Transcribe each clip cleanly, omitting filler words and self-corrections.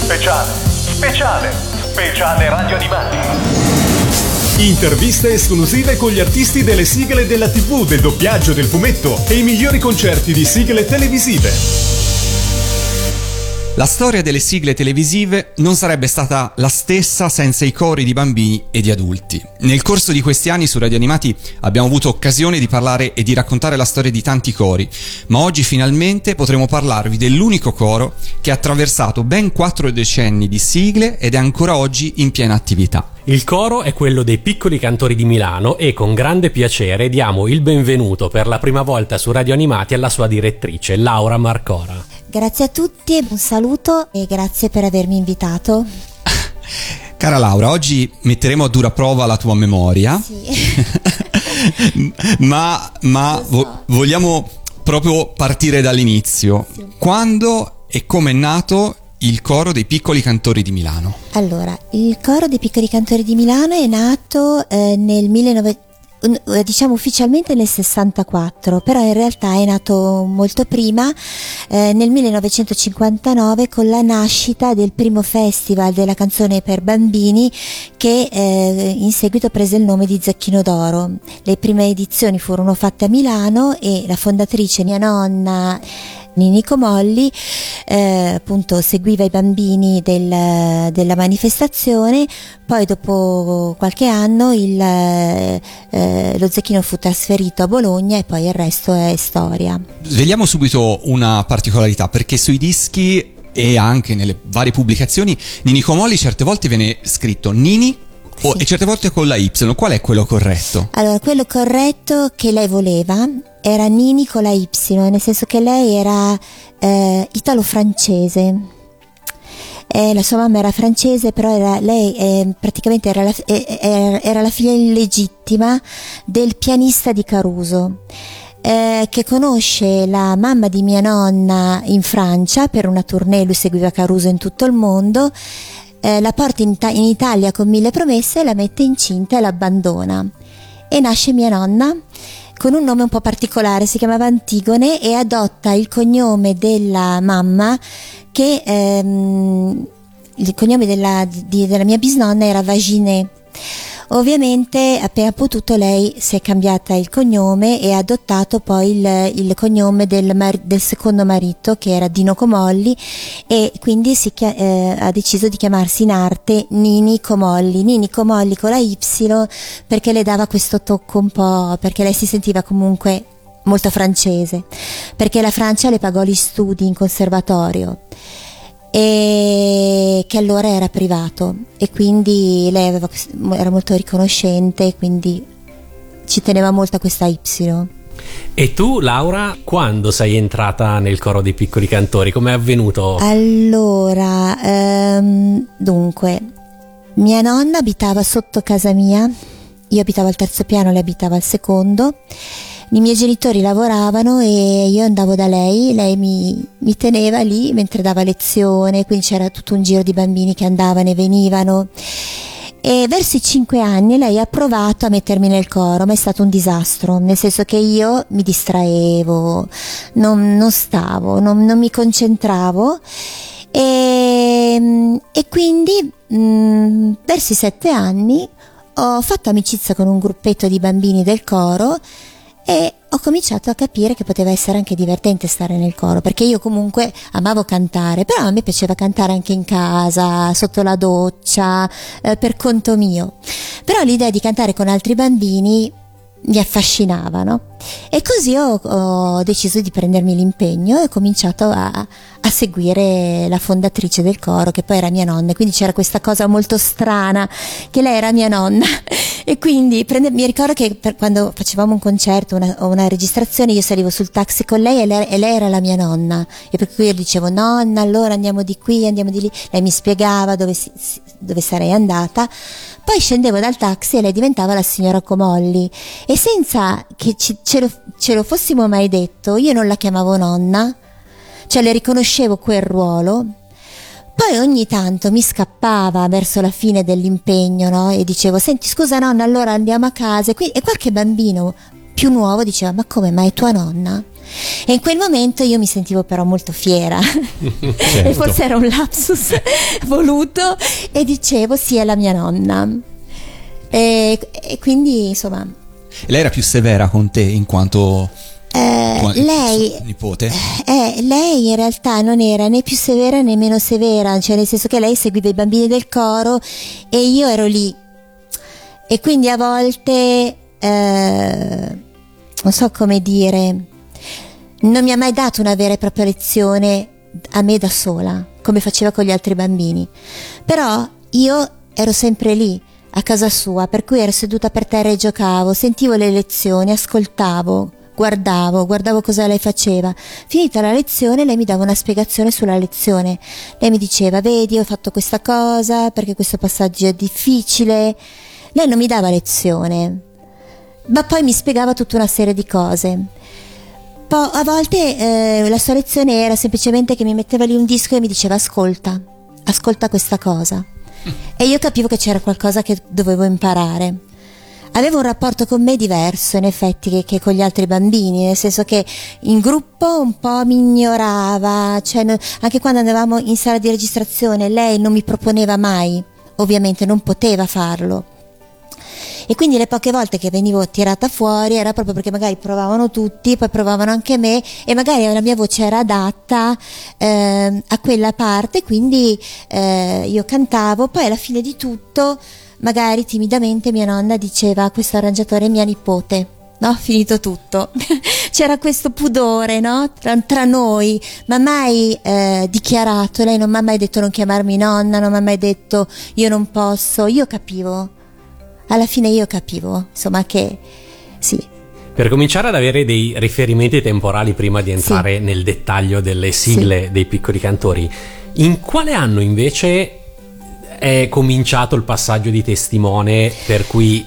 Speciale Radio Animati. Interviste esclusive con gli artisti delle sigle della TV, del doppiaggio, del fumetto e i migliori concerti di sigle televisive. La storia delle sigle televisive non sarebbe stata la stessa senza i cori di bambini e di adulti. Nel corso di questi anni su Radio Animati abbiamo avuto occasione di parlare e di raccontare la storia di tanti cori, ma oggi finalmente potremo parlarvi dell'unico coro che ha attraversato ben 4 decenni di sigle ed è ancora oggi in piena attività. Il coro è quello dei Piccoli Cantori di Milano e con grande piacere diamo il benvenuto per la prima volta su Radio Animati alla sua direttrice, Laura Marcora. Grazie a tutti, un saluto e grazie per avermi invitato. Cara Laura, oggi metteremo a dura prova la tua memoria, Sì. ma vogliamo proprio partire dall'inizio. Sì. Quando e come è nato il coro dei Piccoli Cantori di Milano? Allora, il coro dei Piccoli Cantori di Milano è nato diciamo ufficialmente nel 64, però in realtà è nato molto prima, nel 1959, con la nascita del primo festival della canzone per bambini che in seguito prese il nome di Zecchino d'Oro. Le prime edizioni furono fatte a Milano e la fondatrice, mia nonna Nini Comolli, appunto seguiva i bambini della manifestazione. Poi dopo qualche anno lo Zecchino fu trasferito a Bologna e poi il resto è storia. Svegliamo subito una particolarità, perché sui dischi e anche nelle varie pubblicazioni Nini Comolli certe volte viene scritto Nini Sì. e certe volte con la Y. Qual è quello corretto? Allora, quello corretto che lei voleva era Nini con la Y, nel senso che lei era italo-francese. La sua mamma era francese, però lei praticamente era la figlia illegittima del pianista di Caruso, che conosce la mamma di mia nonna in Francia per una tournée. Lui seguiva Caruso in tutto il mondo, la porta in Italia con 1000 promesse, la mette incinta e l'abbandona, e nasce mia nonna con un nome un po' particolare, si chiamava Antigone, e adotta il cognome della mamma, che il cognome della mia bisnonna era Vaginet. Ovviamente appena potuto lei si è cambiata il cognome e ha adottato poi il cognome del secondo marito, che era Dino Comolli, e quindi ha deciso di chiamarsi in arte Nini Comolli con la Y, perché le dava questo tocco un po', perché lei si sentiva comunque molto francese, perché la Francia le pagò gli studi in conservatorio, e che allora era privato, e quindi lei era molto riconoscente, e quindi ci teneva molto a questa Y. E tu, Laura, quando sei entrata nel coro dei Piccoli Cantori? Com'è avvenuto? Allora, dunque, mia nonna abitava sotto casa mia, io abitavo al terzo piano, lei abitava al secondo. I miei genitori lavoravano e io andavo da lei mi teneva lì mentre dava lezione, quindi c'era tutto un giro di bambini che andavano e venivano, e verso i 5 anni lei ha provato a mettermi nel coro, ma è stato un disastro, nel senso che io mi distraevo, non stavo, non mi concentravo, e quindi verso i 7 anni ho fatto amicizia con un gruppetto di bambini del coro e ho cominciato a capire che poteva essere anche divertente stare nel coro, perché io comunque amavo cantare, però a me piaceva cantare anche in casa, sotto la doccia, per conto mio. Però l'idea di cantare con altri bambini mi affascinava, no? E così ho deciso di prendermi l'impegno e ho cominciato a seguire la fondatrice del coro, che poi era mia nonna, e quindi c'era questa cosa molto strana che lei era mia nonna, e quindi mi ricordo che quando facevamo un concerto o una registrazione io salivo sul taxi con lei e lei era la mia nonna, e per cui io dicevo: nonna, allora andiamo di qui, andiamo di lì, lei mi spiegava dove sarei andata, poi scendevo dal taxi e lei diventava la signora Comolli, e senza che ce lo fossimo mai detto, io non la chiamavo nonna, cioè le riconoscevo quel ruolo. Poi ogni tanto mi scappava verso la fine dell'impegno, no? E dicevo: senti, scusa nonna, allora andiamo a casa, e qualche bambino più nuovo diceva: ma come, ma è tua nonna? E in quel momento io mi sentivo però molto fiera e forse era un lapsus voluto, e dicevo sì, è la mia nonna, e quindi insomma. Lei era più severa con te in quanto lei nipote? Lei in realtà non era né più severa né meno severa, cioè nel senso che lei seguiva i bambini del coro e io ero lì, e quindi a volte non so come dire, non mi ha mai dato una vera e propria lezione a me da sola come faceva con gli altri bambini, però io ero sempre lì a casa sua, per cui ero seduta per terra e giocavo, sentivo le lezioni, ascoltavo, guardavo cosa lei faceva. Finita la lezione lei mi dava una spiegazione sulla lezione, lei mi diceva: vedi, ho fatto questa cosa perché questo passaggio è difficile. Lei non mi dava lezione, ma poi mi spiegava tutta una serie di cose. Poi a volte la sua lezione era semplicemente che mi metteva lì un disco e mi diceva: ascolta questa cosa, e io capivo che c'era qualcosa che dovevo imparare. Aveva un rapporto con me diverso in effetti che con gli altri bambini, nel senso che in gruppo un po' mi ignorava, cioè anche quando andavamo in sala di registrazione lei non mi proponeva mai, ovviamente non poteva farlo, e quindi le poche volte che venivo tirata fuori era proprio perché magari provavano tutti, poi provavano anche me, e magari la mia voce era adatta a quella parte, quindi io cantavo. Poi alla fine di tutto magari timidamente mia nonna diceva: questo arrangiatore è mia nipote, no? Finito tutto. C'era questo pudore, no? Tra noi, ma mai dichiarato. Lei non mi ha mai detto non chiamarmi nonna, non mi ha mai detto io non posso. Io capivo, alla fine io capivo, insomma, che sì. Per cominciare ad avere dei riferimenti temporali prima di entrare nel dettaglio delle sigle dei Piccoli Cantori, in quale anno invece è cominciato il passaggio di testimone per cui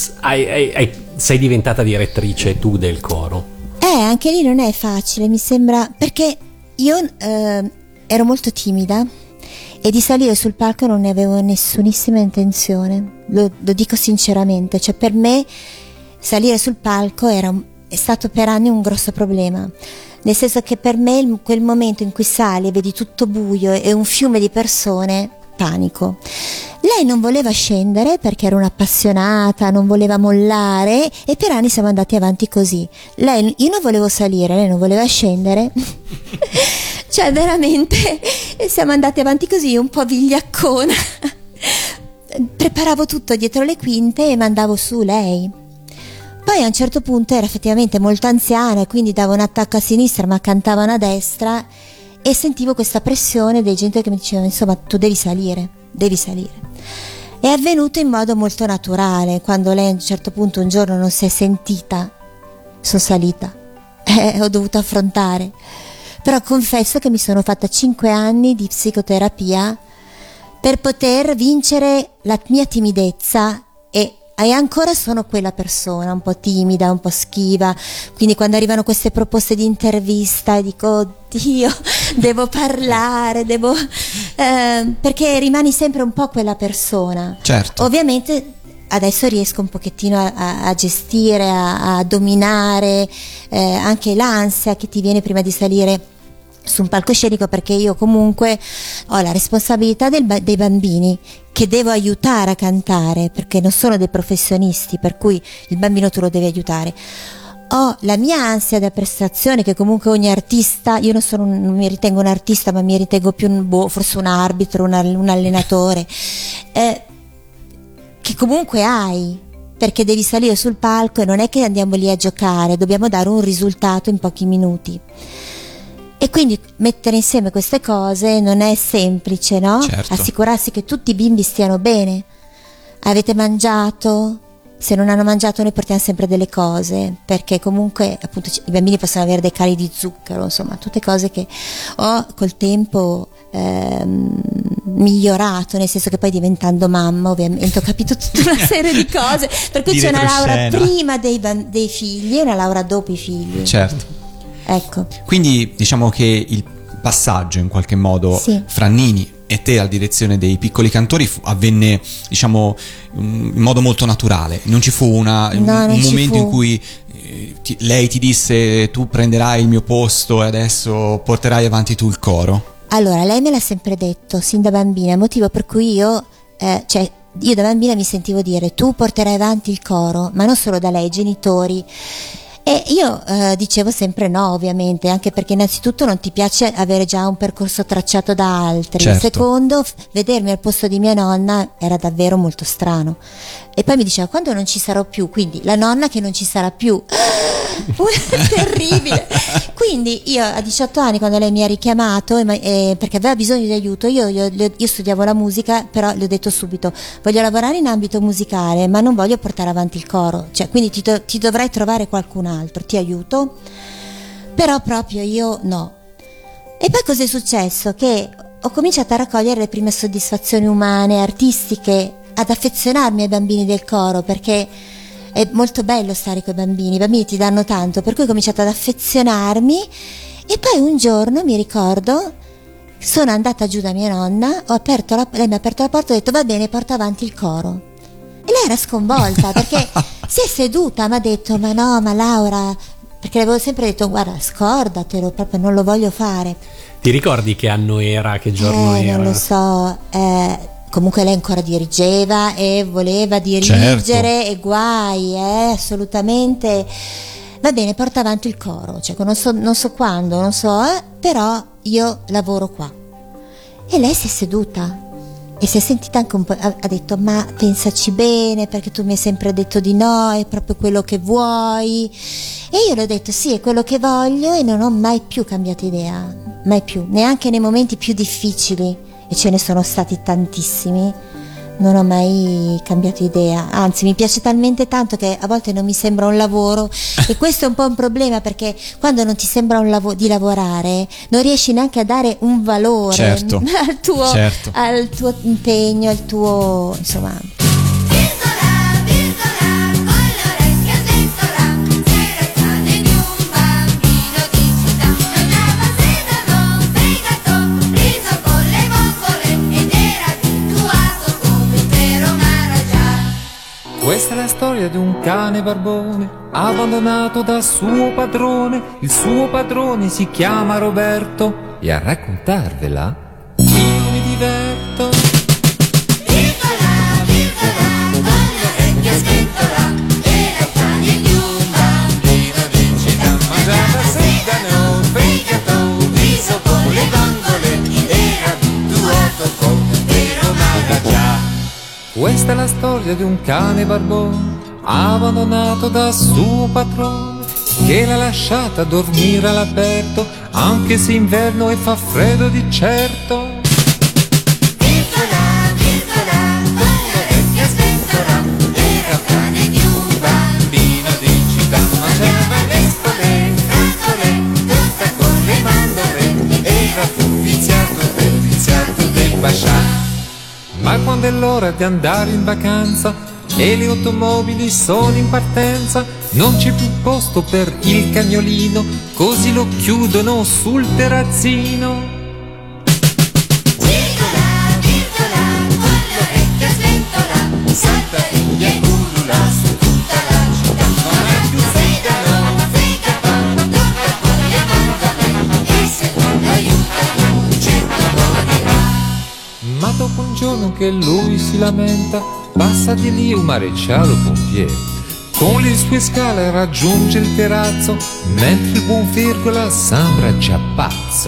sei diventata direttrice tu del coro? Anche lì non è facile, mi sembra, perché io ero molto timida e di salire sul palco non ne avevo nessunissima intenzione, lo dico sinceramente, cioè per me salire sul palco è stato per anni un grosso problema, nel senso che per me quel momento in cui sali e vedi tutto buio e un fiume di persone, panico. Lei non voleva scendere perché era un'appassionata, non voleva mollare, e per anni siamo andati avanti così. Io non volevo salire, lei non voleva scendere. Cioè veramente siamo andati avanti così, un po' vigliaccona. Preparavo tutto dietro le quinte e mandavo su lei. Poi a un certo punto era effettivamente molto anziana e quindi davo un attacco a sinistra ma cantavano a destra, e sentivo questa pressione dei gente che mi dicevano: insomma, tu devi salire. È avvenuto in modo molto naturale. Quando lei a un certo punto un giorno non si è sentita, sono salita, ho dovuto affrontare. Però confesso che mi sono fatta 5 anni di psicoterapia per poter vincere la mia timidezza, e ancora sono quella persona un po' timida, un po' schiva, quindi quando arrivano queste proposte di intervista dico: oddio, devo parlare, perché rimani sempre un po' quella persona. Certo. Ovviamente adesso riesco un pochettino a gestire, a dominare anche l'ansia che ti viene prima di salire su un palcoscenico, perché io comunque ho la responsabilità dei bambini che devo aiutare a cantare, perché non sono dei professionisti, per cui il bambino tu lo devi aiutare. Ho la mia ansia da prestazione che comunque ogni artista, io non mi ritengo un artista, ma mi ritengo più forse un arbitro, un allenatore, che comunque hai, perché devi salire sul palco e non è che andiamo lì a giocare, dobbiamo dare un risultato in pochi minuti. E quindi mettere insieme queste cose non è semplice, no? Certo. Assicurarsi che tutti i bimbi stiano bene. Avete mangiato? Se non hanno mangiato noi portiamo sempre delle cose, perché comunque appunto i bambini possono avere dei cali di zucchero, insomma tutte cose che ho col tempo migliorato, nel senso che poi diventando mamma ovviamente ho capito tutta una serie di cose, per cui c'è una laurea prima dei figli e una laurea dopo i figli. Certo. Ecco. Quindi diciamo che il passaggio in qualche modo fra Nini e te alla direzione dei Piccoli Cantori avvenne, diciamo, in modo molto naturale. Non ci fu un momento in cui lei ti disse tu prenderai il mio posto e adesso porterai avanti tu il coro? Allora, lei me l'ha sempre detto sin da bambina, motivo per cui io da bambina mi sentivo dire tu porterai avanti il coro, ma non solo da lei, i genitori. E io dicevo sempre no, ovviamente, anche perché innanzitutto non ti piace avere già un percorso tracciato da altri. Certo. Secondo, vedermi al posto di mia nonna era davvero molto strano. E poi mi diceva quando non ci sarò più, quindi la nonna che non ci sarà più. Terribile. Quindi io a 18 anni, quando lei mi ha richiamato perché aveva bisogno di aiuto, io studiavo la musica, però le ho detto subito voglio lavorare in ambito musicale ma non voglio portare avanti il coro, cioè quindi ti dovrai trovare qualcun altro, ti aiuto, però proprio io no. E poi cos'è successo? Che ho cominciato a raccogliere le prime soddisfazioni umane, artistiche, ad affezionarmi ai bambini del coro, perché è molto bello stare con i bambini ti danno tanto, per cui ho cominciato ad affezionarmi. E poi un giorno mi ricordo sono andata giù da mia nonna, lei mi ha aperto la porta e ho detto va bene, porta avanti il coro. E lei era sconvolta perché si è seduta, mi ha detto ma no, ma Laura, perché le avevo sempre detto guarda scordatelo, proprio non lo voglio fare. Ti ricordi che anno era, che giorno era? Non lo so, comunque lei ancora dirigeva e voleva dirigere, certo. E guai, assolutamente. Va bene, porta avanti il coro, cioè non so quando, però io lavoro qua. E lei si è seduta e si è sentita anche un po', ha detto ma pensaci bene perché tu mi hai sempre detto di no, è proprio quello che vuoi. E io le ho detto sì, è quello che voglio, e non ho mai più cambiato idea, mai più, neanche nei momenti più difficili, e ce ne sono stati tantissimi, non ho mai cambiato idea, anzi mi piace talmente tanto che a volte non mi sembra un lavoro e questo è un po' un problema, perché quando non ti sembra di lavorare non riesci neanche a dare un valore, certo. al tuo impegno, al tuo, insomma. Questa è la storia di un cane barbone abbandonato dal suo padrone. Il suo padrone si chiama Roberto e a raccontarvela io mi diverto. Virgola, virgola, con l'orecchia sventola, era il cane di un bambino di città. Mangiava sedano, fegato, riso con le vongole, era abituato con vero magagià. Questa è la storia di un cane barbone abbandonato dal suo padrone, che l'ha lasciata dormire all'aperto anche se inverno e fa freddo di certo. Virgola, virgola, con l'orecchia sventola, era il cane di un bambino di città. Mangiava nespole, fragole, tutta con le mandorle, era viziato del bascià. Ma quando è l'ora di andare in vacanza e le automobili sono in partenza, non c'è più posto per il cagnolino, così lo chiudono sul terrazzino. Virgola, virgola, con l'orecchia sventola, salta e ulula su tutta la città. Non ha più fegato, tutta con le vongole, e se non aiuta certo morirà. Ma dopo un giorno che lui si lamenta, passa di lì un maresciallo pompiere, con le sue scale raggiunge il terrazzo, mentre il buon Virgola sembra già pazzo.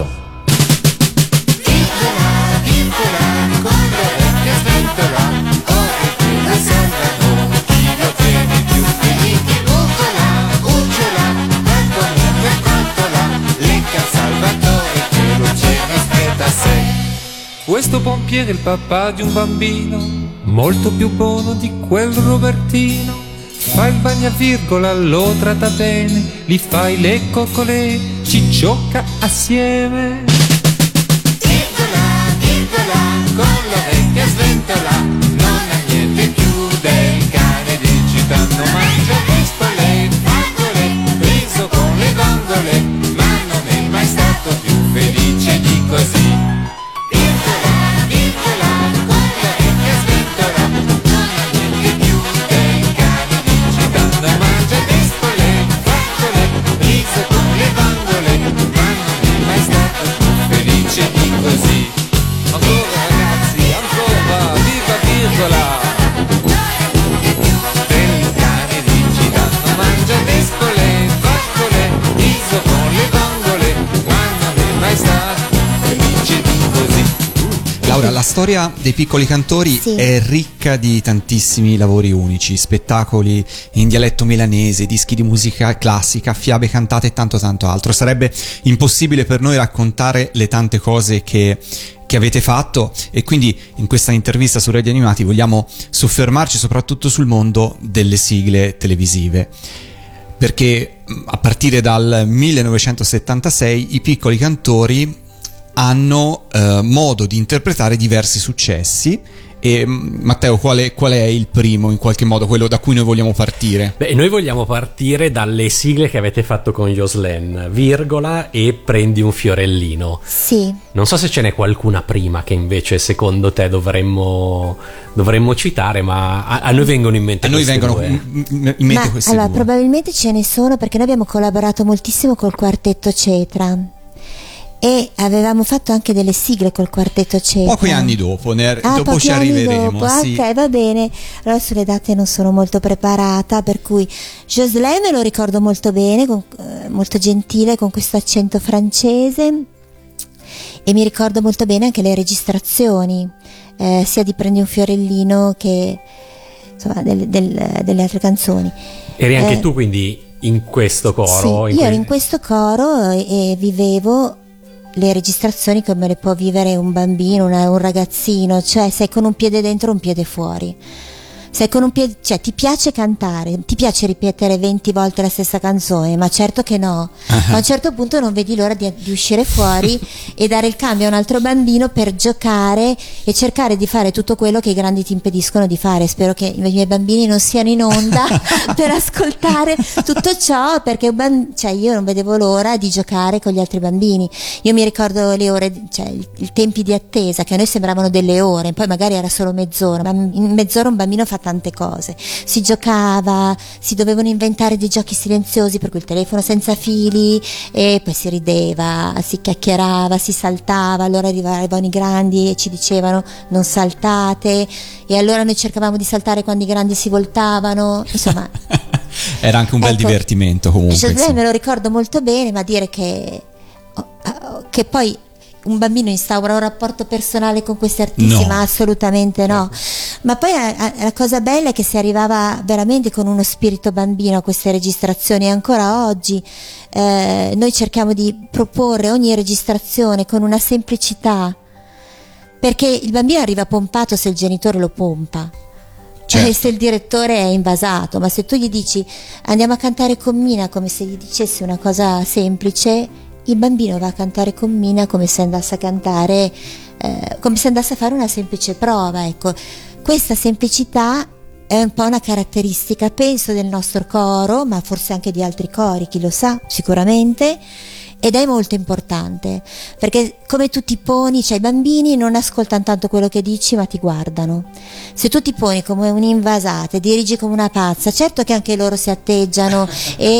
Virgola, virgola, con l'orecchia sventola, ora che la salvano, chi lo tiene più? Vedi che uggiola, tanto mi contola, lecca Salvatore che lo tiene aspetta a sé. Questo pompiere è il papà di un bambino, molto più buono di quel Robertino. Fa il bagnavirgola, lo tratta bene, gli fai le coccole, ci gioca assieme. Virgola, virgola, con l'orecchia sventola, non ha niente più del cane di città. Non mangia nespole, fragole, riso con le vongole, ma non è mai stato più felice di così. piccola. Del cane dici danno mangia mescole, coccole, riso con le vongole, ma non è mai stato felice di così. Laura, la storia dei Piccoli Cantori Sì. è ricca di tantissimi lavori unici, spettacoli in dialetto milanese, dischi di musica classica, fiabe cantate e tanto tanto altro. Sarebbe impossibile per noi raccontare le tante cose che avete fatto, e quindi in questa intervista su Radio Animati vogliamo soffermarci soprattutto sul mondo delle sigle televisive, perché a partire dal 1976 i Piccoli Cantori hanno modo di interpretare diversi successi. E Matteo, qual è il primo, in qualche modo, quello da cui noi vogliamo partire? Beh, noi vogliamo partire dalle sigle che avete fatto con Joslen, Virgola e Prendi un fiorellino. Sì. Non so se ce n'è qualcuna prima che invece secondo te dovremmo citare, ma a noi vengono in mente A noi queste vengono due. in mente questi allora, due. probabilmente ce ne sono, perché noi abbiamo collaborato moltissimo col quartetto Cetra e avevamo fatto anche delle sigle col quartetto Cetra. Pochi anni dopo, dopo pochi ci anni arriveremo. dopo. Sì. Ok, va bene. Allora sulle date non sono molto preparata, per cui Josselin me lo ricordo molto bene, molto gentile, con questo accento francese, e mi ricordo molto bene anche le registrazioni, sia di Prendi un fiorellino che insomma delle altre canzoni. Eri anche tu quindi in questo coro? Sì, io ero in questo coro e vivevo le registrazioni come le può vivere un bambino, un ragazzino, cioè sei con un piede dentro e un piede fuori. Sei con un piede, cioè ti piace cantare, ti piace ripetere 20 volte la stessa canzone, ma certo che no. A un certo punto non vedi l'ora di uscire fuori e dare il cambio a un altro bambino per giocare e cercare di fare tutto quello che i grandi ti impediscono di fare. Spero che i miei bambini non siano in onda per ascoltare tutto ciò, perché cioè io non vedevo l'ora di giocare con gli altri bambini. Io mi ricordo le ore, cioè i tempi di attesa che a noi sembravano delle ore, poi magari era solo mezz'ora, ma in mezz'ora un bambino fa tante cose, si giocava, si dovevano inventare dei giochi silenziosi, per cui il telefono senza fili, e poi si rideva, si chiacchierava, si saltava, allora arrivavano i grandi e ci dicevano non saltate, e allora noi cercavamo di saltare quando i grandi si voltavano, insomma. Era anche un bel divertimento comunque. José me lo ricordo molto bene, ma dire che poi un bambino instaura un rapporto personale con questi artisti, No. ma assolutamente no. Ma poi la cosa bella è che si arrivava veramente con uno spirito bambino a queste registrazioni, e ancora oggi noi cerchiamo di proporre ogni registrazione con una semplicità, perché il bambino arriva pompato se il genitore lo pompa. Certo. E se il direttore è invasato, ma se tu gli dici andiamo a cantare con Mina come se gli dicessi una cosa semplice, il bambino va a cantare con Mina come se andasse a cantare, come se andasse a fare una semplice prova. Ecco, questa semplicità è un po' una caratteristica, penso, del nostro coro, ma forse anche di altri cori, chi lo sa, sicuramente. Ed è molto importante, perché come tu ti poni, cioè i bambini non ascoltano tanto quello che dici, ma ti guardano. Se tu ti poni come un'invasata e dirigi come una pazza, certo che anche loro si atteggiano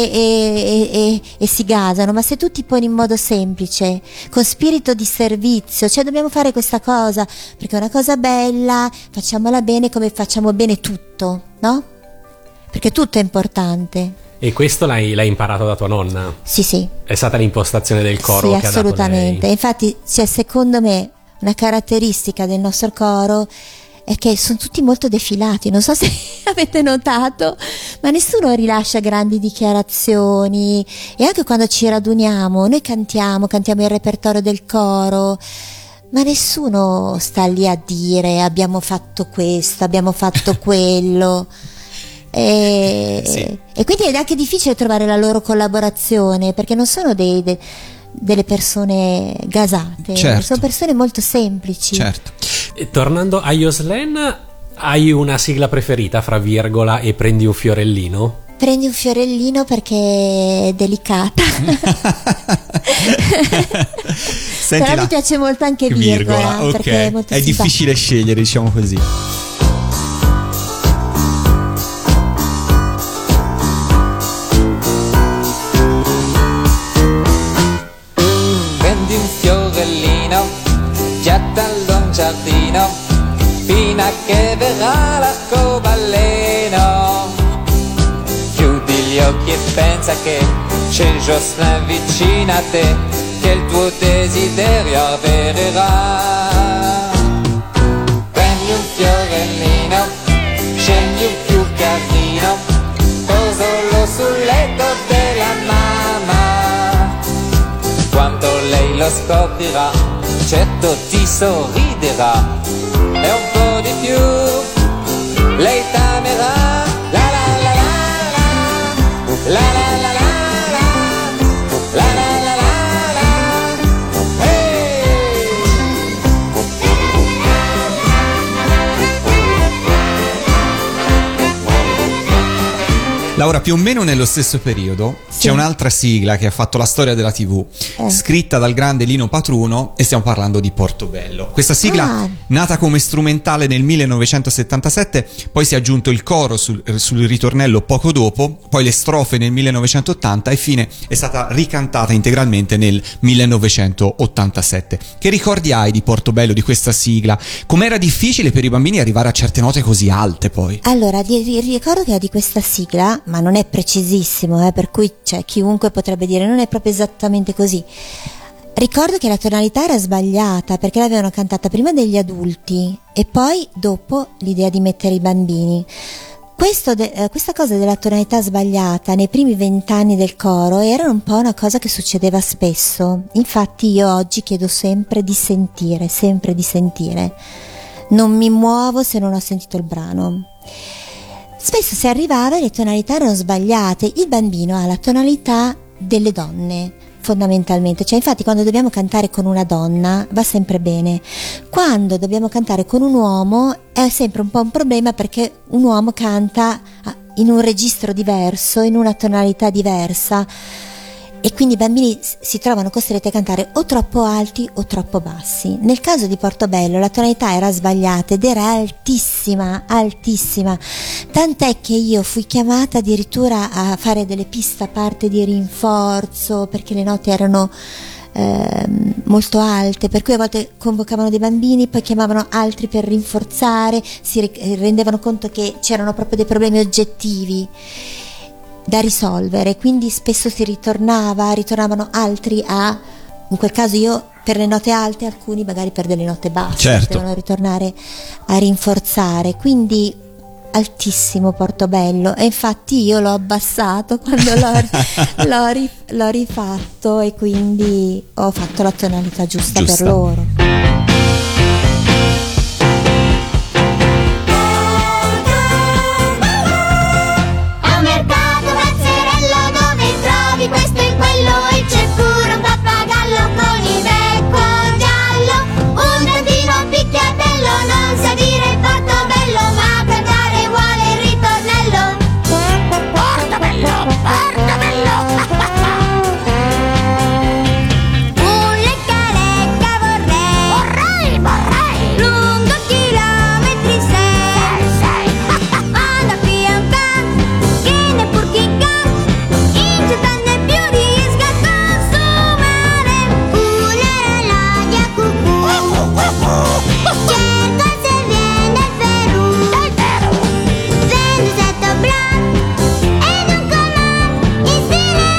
e si gasano, ma se tu ti poni in modo semplice, con spirito di servizio, cioè dobbiamo fare questa cosa perché è una cosa bella, facciamola bene come facciamo bene tutto, no? Perché tutto è importante. E questo l'hai imparato da tua nonna? Sì, sì. È stata l'impostazione del coro Sì, che assolutamente. ha dato lei? Infatti, cioè, secondo me una caratteristica del nostro coro è che sono tutti molto defilati, non so se avete notato, ma nessuno rilascia grandi dichiarazioni, e anche quando ci raduniamo noi cantiamo il repertorio del coro, ma nessuno sta lì a dire abbiamo fatto questo, abbiamo fatto quello. Sì. E quindi è anche difficile trovare la loro collaborazione, perché non sono delle persone gasate, Certo. sono persone molto semplici. Certo. E tornando a Joslen, hai una sigla preferita fra Virgola e Prendi un fiorellino? Prendi un fiorellino perché è delicata. Senti, Però mi piace molto anche Virgola, ok. perché è molto È simpatica. difficile scegliere, diciamo così. Prendi un fiorellino, gettalo in giardino, fino a che verrà l'arcobaleno. Chiudi gli occhi e pensa che c'è il Jocelyn vicino a te, che il tuo desiderio avvererà. Prendi un fiorellino, scegli un più carino, posalo sul letto della mamma. Quando lei lo scoprirà, certo ti sorriderà, e un po' di più lei t'amerà. La la la la la, la la la la la, la la la la la, hey! Laura, più o meno nello stesso periodo c'è un'altra sigla che ha fatto la storia della TV, scritta dal grande Lino Patruno, e stiamo parlando di Portobello. Questa sigla, nata come strumentale nel 1977, poi si è aggiunto il coro sul ritornello poco dopo, poi le strofe nel 1980 e fine è stata ricantata integralmente nel 1987. Che ricordi hai di Portobello, di questa sigla? Com'era difficile per i bambini arrivare a certe note così alte poi? Allora, ricordo che di questa sigla, ma non è precisissimo, per cui chiunque potrebbe dire non è proprio esattamente così. Ricordo che la tonalità era sbagliata perché l'avevano cantata prima degli adulti e poi dopo l'idea di mettere i bambini. Questa cosa della tonalità sbagliata nei primi 20 anni del coro era un po' una cosa che succedeva spesso. Infatti io oggi chiedo sempre di sentire. Non mi muovo se non ho sentito il brano. Spesso si arrivava e le tonalità erano sbagliate. Il bambino ha la tonalità delle donne, fondamentalmente. Infatti quando dobbiamo cantare con una donna va sempre bene. Quando dobbiamo cantare con un uomo è sempre un po' un problema, perché un uomo canta in un registro diverso, in una tonalità diversa, e quindi i bambini si trovano costretti a cantare o troppo alti o troppo bassi. Nel caso di Portobello la tonalità era sbagliata ed era altissima, tant'è che io fui chiamata addirittura a fare delle piste a parte di rinforzo perché le note erano molto alte, per cui a volte convocavano dei bambini, poi chiamavano altri per rinforzare, si rendevano conto che c'erano proprio dei problemi oggettivi da risolvere, quindi spesso ritornavano altri in quel caso io per le note alte, alcuni magari per delle note basse, devono ritornare a rinforzare, quindi altissimo Portobello, e infatti io l'ho abbassato quando l'ho rifatto, e quindi ho fatto la tonalità giusta per loro. Questo e quello, e c'è pure un pappagallo con il becco giallo, un tantino picchiatello, non sa dire Portobello, ma cantare vuole il ritornello. Portobello, Portobello. Un lecca vorrei, lungo chilometri sei, anda pian pian, che ne pur chi in città ne più riesca a consumare. La cucù, cerco se viene il Perù, vendo setto blanc ed un comà in stile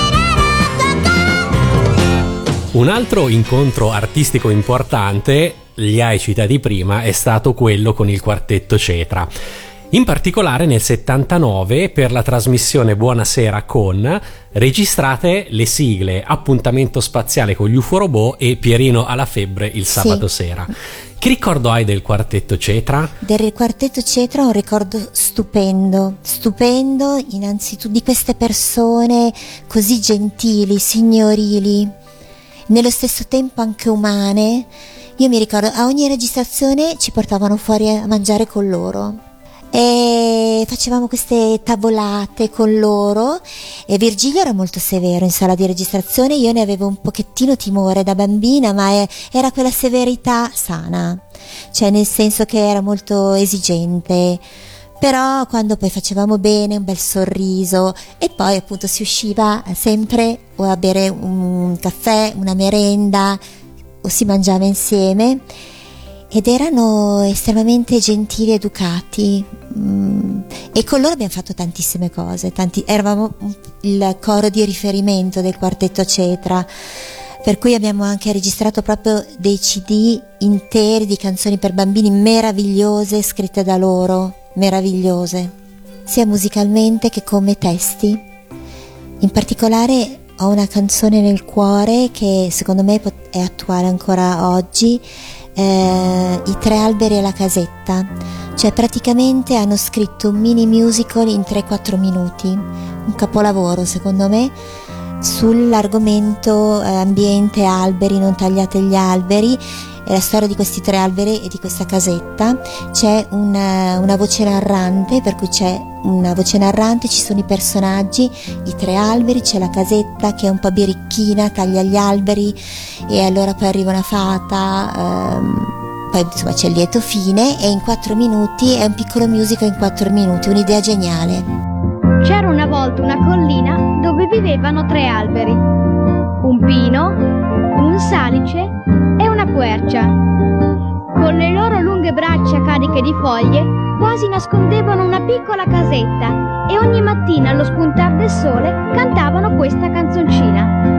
Ferrara. Un altro incontro artistico importante, li hai citati prima, è stato quello con il quartetto Cetra. In particolare nel 79, per la trasmissione Buonasera con, registrate le sigle Appuntamento spaziale con gli UFO robot e Pierino alla febbre il sabato sera. Che ricordo hai del quartetto Cetra? Del quartetto Cetra un ricordo stupendo innanzitutto di queste persone così gentili, signorili, nello stesso tempo anche umane. Io mi ricordo, a ogni registrazione ci portavano fuori a mangiare con loro e facevamo queste tavolate con loro, e Virgilio era molto severo in sala di registrazione. Io ne avevo un pochettino timore da bambina, ma era quella severità sana, nel senso che era molto esigente, però quando poi facevamo bene, un bel sorriso, e poi appunto si usciva sempre o a bere un caffè, una merenda, o si mangiava insieme. ed erano estremamente gentili, educati, e con loro abbiamo fatto tantissime cose, eravamo il coro di riferimento del quartetto Cetra, per cui abbiamo anche registrato proprio dei CD interi di canzoni per bambini meravigliose, scritte da loro, meravigliose, sia musicalmente che come testi. In particolare ho una canzone nel cuore che secondo me è attuale ancora oggi, I tre alberi e la casetta, cioè praticamente hanno scritto un mini musical in 3-4 minuti, un capolavoro secondo me, sull'argomento ambiente, alberi, non tagliate gli alberi, e la storia di questi tre alberi e di questa casetta. C'è una voce narrante, per cui c'è una voce narrante, ci sono i personaggi, i tre alberi, c'è la casetta che è un po' birichina, taglia gli alberi e allora poi arriva una fata, poi insomma c'è il lieto fine, e in 4 minuti è un piccolo musical in 4 minuti, un'idea geniale. C'era una volta una collina dove vivevano 3 alberi, un pino, un salice e una quercia. Con le loro lunghe braccia cariche di foglie quasi nascondevano una piccola casetta, e ogni mattina allo spuntar del sole cantavano questa canzoncina.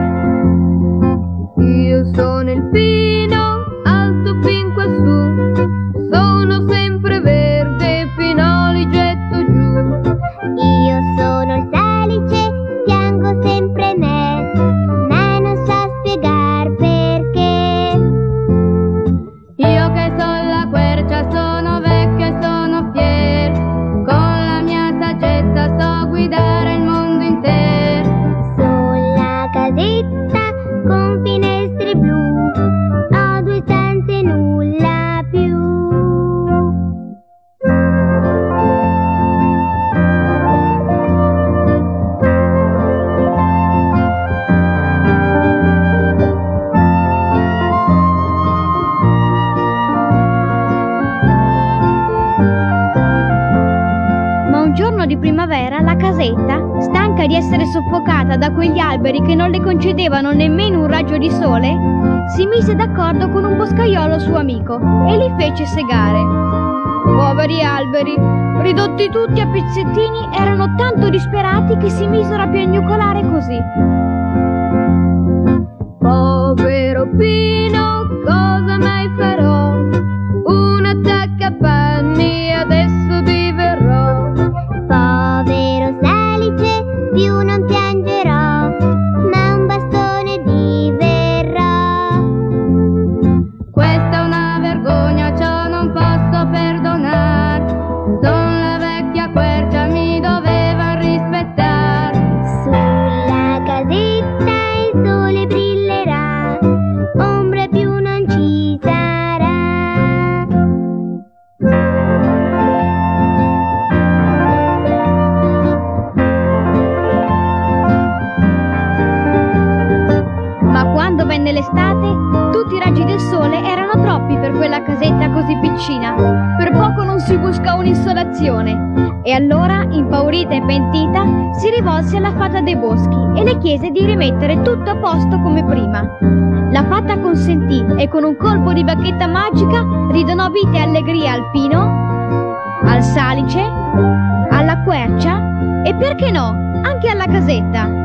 Io sono il pino, alto fin quassù, sono sempre verde fino li getto giù. Io sono il salice, piango sempre me, ma non so spiegar perché. Io che son la quercia, sono vecchio e sono fier, con la mia saggezza so guidare il mondo intero. Sulla casetta con finestre blu, ho 2 stanze e nulla più. Ma un giorno di primavera la casetta, stanca di essere soffocata da quegli alberi che non le concedevano nemmeno un raggio di sole, si mise d'accordo con un boscaiolo suo amico e li fece segare. Poveri alberi, ridotti tutti a pezzettini, erano tanto disperati che si misero a piagnucolare così. Povero Pino, cosa mai farò? Un attaccapanni adesso diverrò. Povero salice, più non piangerò, ma un bastone diverrò. Questa è una vergogna, ciò non posso perdonar. Son la vecchia quercia, mi dovevan rispettar. Sulla casetta il sole brillerà, ombra più non ci sarà. Ma quando venne l'estate, tutti i raggi del sole erano troppi per quella casetta così piccina. Per poco non si buscò un'insolazione. E allora, impaurita e pentita, si rivolse alla fata dei boschi e le chiese di rimettere tutto a posto come prima. La fata consentì e con un colpo di bacchetta magica ridonò vita e allegria al pino, al salice, alla quercia e, perché no, anche alla casetta.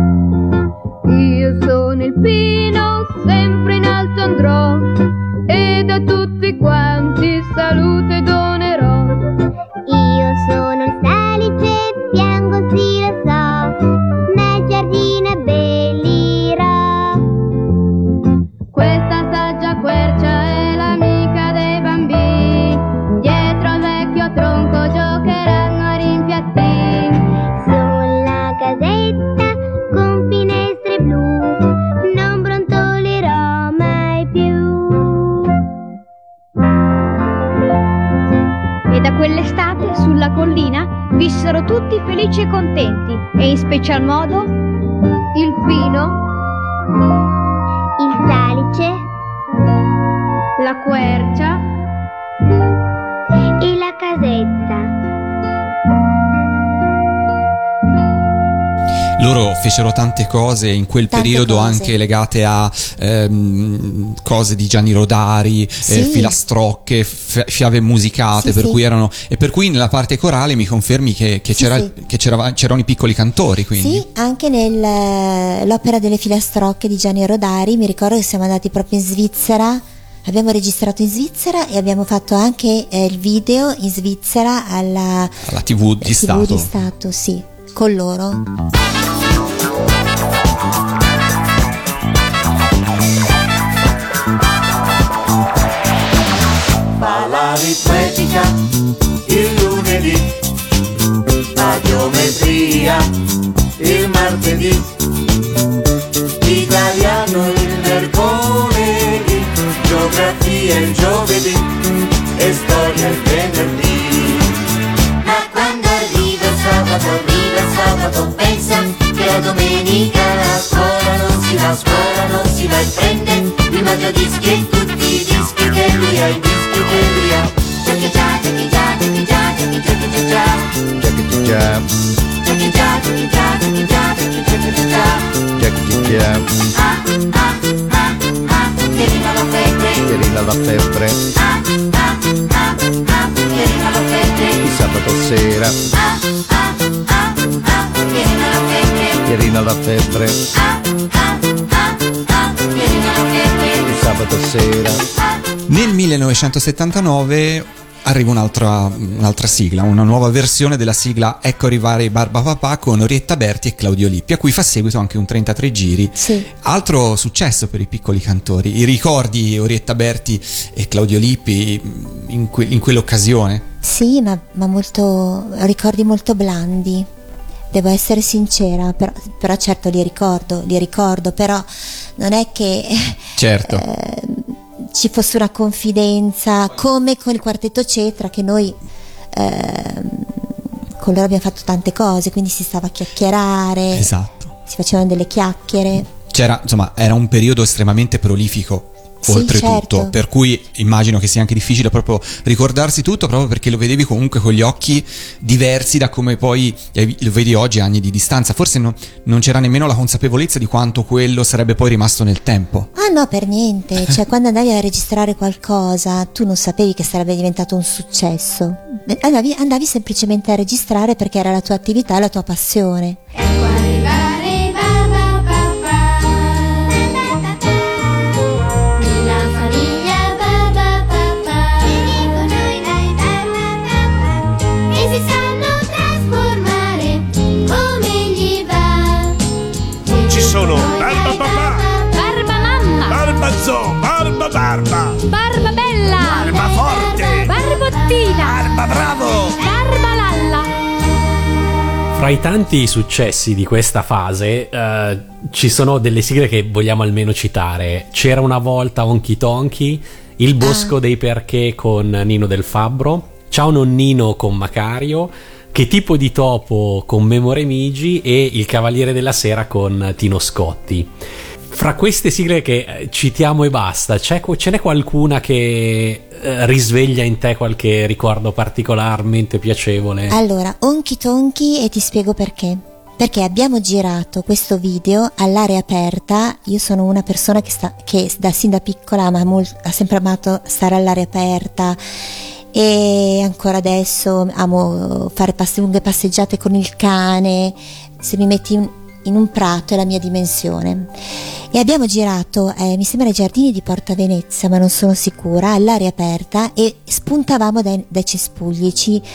Io sono il pino, sempre in alto andrò, e da tutti quanti salute donerò. Io sono il salice, piango sì lo so, ma il giardino abbellirò. Questa saggia quercia è l'amica dei bambini, dietro al vecchio tronco giocheranno a rimpiattini. Sulla casetta con finestre blu, non brontolerò mai più. E da quell'estate sulla collina vissero tutti felici e contenti, e in special modo il pino, Il salice la quercia e la casetta. Loro fecero tante cose in quel Tante periodo, cose. anche legate a cose di Gianni Rodari, Sì. filastrocche, fiabe musicate, Sì, per sì. cui erano, e per cui nella parte corale mi confermi che Sì. c'erano i piccoli cantori, quindi. Sì, anche nell'opera delle filastrocche di Gianni Rodari, mi ricordo che siamo andati proprio in Svizzera, abbiamo registrato in Svizzera e abbiamo fatto anche il video in Svizzera alla TV di Stato. di Stato, sì, con loro. Fa l'aritmetica il lunedì, la geometria il martedì, italiano il mercoledì, geografia il giovedì e storia il venerdì. Ma quando arriva il sabato, pensa che la domenica a scuola non si va, e prende il mangiadischi e tutti i dischi che lui ha, i dischi che lui ha. Jackie già, Jackie già, Jackie già, Jackie Jackie già, Jackie già, Jackie già, Jackie già, Jackie già, Jackie già, Pierina la febbre, Pierina la febbre, Pierina la febbre, il sabato sera, Pierina la febbre, Pierina la febbre, Pierina la febbre. il sabato sera. Nel 1979 arriva un'altra sigla, una nuova versione della sigla Ecco arrivare i Barbapapà con Orietta Berti e Claudio Lippi, a cui fa seguito anche un 33 giri. Sì. Altro successo per i piccoli cantori. I ricordi Orietta Berti e Claudio Lippi in quell'occasione? Sì, ma ricordi molto blandi, devo essere sincera, però certo li ricordo, però non è che Certo. ci fosse una confidenza come con il quartetto Cetra, che noi con loro abbiamo fatto tante cose, quindi si stava a chiacchierare, Esatto. si facevano delle chiacchiere. Era un periodo estremamente prolifico. Sì, Oltretutto, certo. per cui immagino che sia anche difficile proprio ricordarsi tutto, proprio perché lo vedevi comunque con gli occhi diversi da come poi lo vedi oggi a anni di distanza. Forse non c'era nemmeno la consapevolezza di quanto quello sarebbe poi rimasto nel tempo. Ah no, per niente, cioè quando andavi a registrare qualcosa tu non sapevi che sarebbe diventato un successo, andavi semplicemente a registrare perché era la tua attività, la tua passione. Ecco arrivare i Barbapapà, la famiglia Barbapapà, vieni con noi dai Barbapapà, e si sanno trasformare come gli va. Ci sono Barbapapà, Barbamamma, Barbazoo, Barba, Barbabella, Barbaforte, Barbottina, Barbravo. Barbalalla. Fra i tanti successi di questa fase ci sono delle sigle che vogliamo almeno citare. C'era una volta Honky Tonky, Il Bosco dei Perché con Nino Del Fabbro, Ciao Nonnino con Macario, Che tipo di topo con Memo Remigi e Il Cavaliere della Sera con Tino Scotti. Fra queste sigle che citiamo e basta, ce n'è qualcuna che risveglia in te qualche ricordo particolarmente piacevole? Allora, Honky Tonky, e ti spiego perché. Perché abbiamo girato questo video all'aria aperta. Io sono una persona che sin da piccola ha sempre amato stare all'aria aperta, e ancora adesso amo fare lunghe passeggiate con il cane. Se mi metti in un prato è la mia dimensione. E abbiamo girato, mi sembra, ai giardini di Porta Venezia, ma non sono sicura, all'aria aperta, e spuntavamo dai cespugli.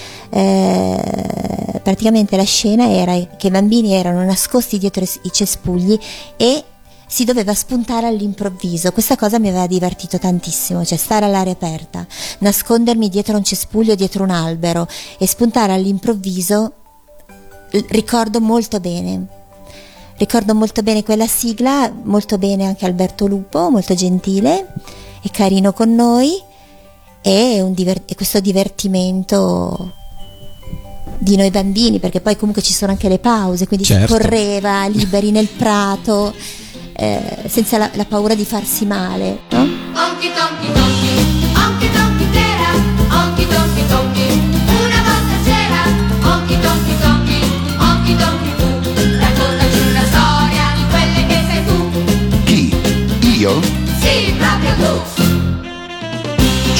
Praticamente la scena era che i bambini erano nascosti dietro i cespugli e si doveva spuntare all'improvviso. Questa cosa mi aveva divertito tantissimo, cioè stare all'aria aperta, nascondermi dietro un cespuglio, dietro un albero e spuntare all'improvviso. Ricordo molto bene quella sigla, molto bene anche Alberto Lupo, molto gentile e carino con noi, e questo divertimento di noi bambini, perché poi comunque ci sono anche le pause, quindi Certo. si correva liberi nel prato, senza la paura di farsi male, no? Honky Tonky Tonky, Honky Tonky c'era, Honky Tonky Tonky, una volta c'era, Honky Tonky Tonky, Honky Tonky tu, raccontaci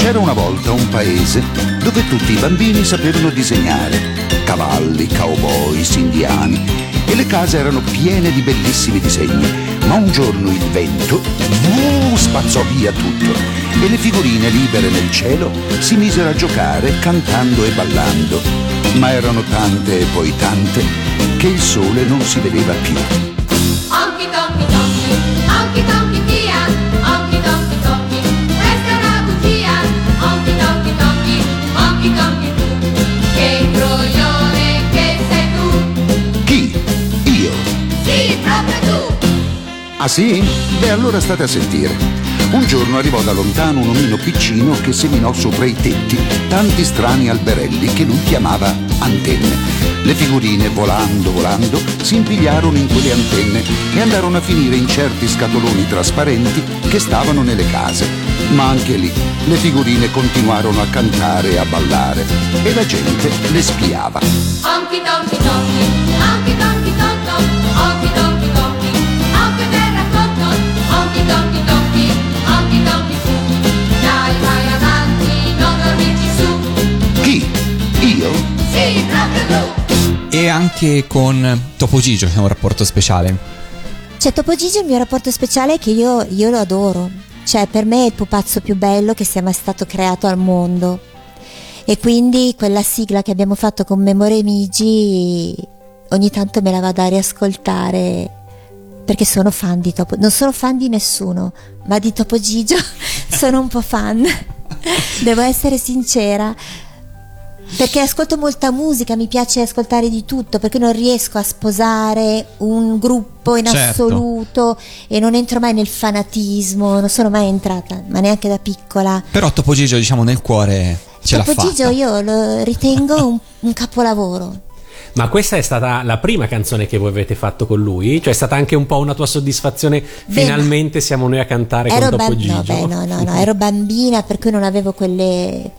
C'era una volta un paese dove tutti i bambini sapevano disegnare cavalli, cowboys, indiani, e le case erano piene di bellissimi disegni. Ma un giorno il vento spazzò via tutto e le figurine libere nel cielo si misero a giocare cantando e ballando. Ma erano tante e poi tante che il sole non si vedeva più. Onky Tonky Tonky, Onky Tonky via, Onky Tonky Tonky, questa è una bugia. Onky Tonky Tonky, Onky Tonky tu, che imbroglione che sei tu. Chi? Io? Sì, proprio tu. Ah sì? Beh, allora state a sentire. Un giorno arrivò da lontano un omino piccino che seminò sopra i tetti tanti strani alberelli che lui chiamava antenne. Le figurine, volando, si impigliarono in quelle antenne e andarono a finire in certi scatoloni trasparenti che stavano nelle case. Ma anche lì le figurine continuarono a cantare e a ballare e la gente le spiava. Onky Tonky Tonky, Onky Tonky Tonto, Onky Tonky Tonky, Onky te racconto, Onky Tonky Tonky, Onky Tonky tu. Dai, vai avanti, non dormirci su. Chi? Io? Sì, proprio tu. E anche con Topo Gigio c'è un rapporto speciale. Cioè, Topo Gigio, il mio rapporto speciale è che io lo adoro. Cioè, per me è il pupazzo più bello che sia mai stato creato al mondo. E quindi quella sigla che abbiamo fatto con Memore Migi ogni tanto me la vado a riascoltare, perché sono fan di Topo. Non sono fan di nessuno, ma di Topo Gigio sono un po' fan. Devo essere sincera, perché ascolto molta musica, mi piace ascoltare di tutto, perché non riesco a sposare un gruppo in assoluto e non entro mai nel fanatismo, non sono mai entrata, ma neanche da piccola. Però Topo Gigio, diciamo, nel cuore ce l'ha fatta. Topo Gigio io lo ritengo un capolavoro. Ma questa è stata la prima canzone che voi avete fatto con lui? Cioè è stata anche un po' una tua soddisfazione? Finalmente siamo noi a cantare con Topo Gigio? No, ero bambina, per cui non avevo quei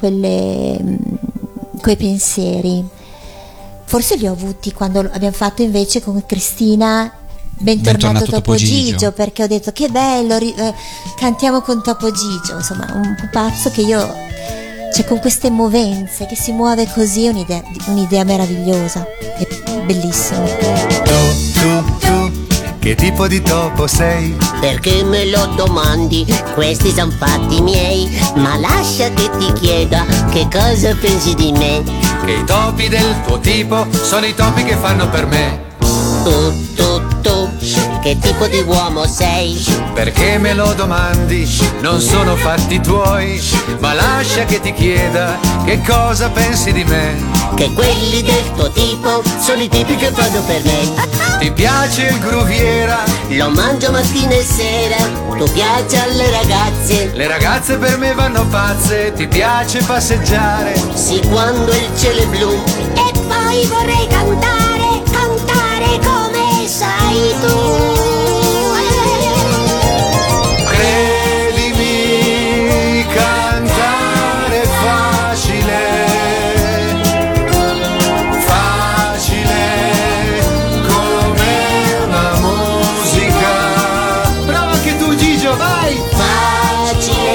pensieri. Forse li ho avuti quando abbiamo fatto invece con Cristina Bentornato Topo Gigio, perché ho detto che bello, cantiamo con Topo Gigio, insomma un pupazzo che io, cioè, con queste movenze che si muove così, è un'idea meravigliosa, è bellissimo. Tu, che tipo di topo sei? Perché me lo domandi? Questi son fatti miei, ma lascia che ti chieda che cosa pensi di me. Che i topi del tuo tipo sono i topi che fanno per me. Tu, che tipo di uomo sei? Perché me lo domandi? Non sono fatti tuoi, ma lascia che ti chieda che cosa pensi di me. Che quelli del tuo tipo sono i tipi che fanno per me. Ti piace il gruviera? Lo mangio mattina e sera. Tu piaci alle ragazze? Le ragazze per me vanno pazze. Ti piace passeggiare? Sì, quando il cielo è blu. E poi vorrei cantare come sai tu. Credimi, cantare è facile, come una musica. Bravo anche tu, Gigio, vai! Facile,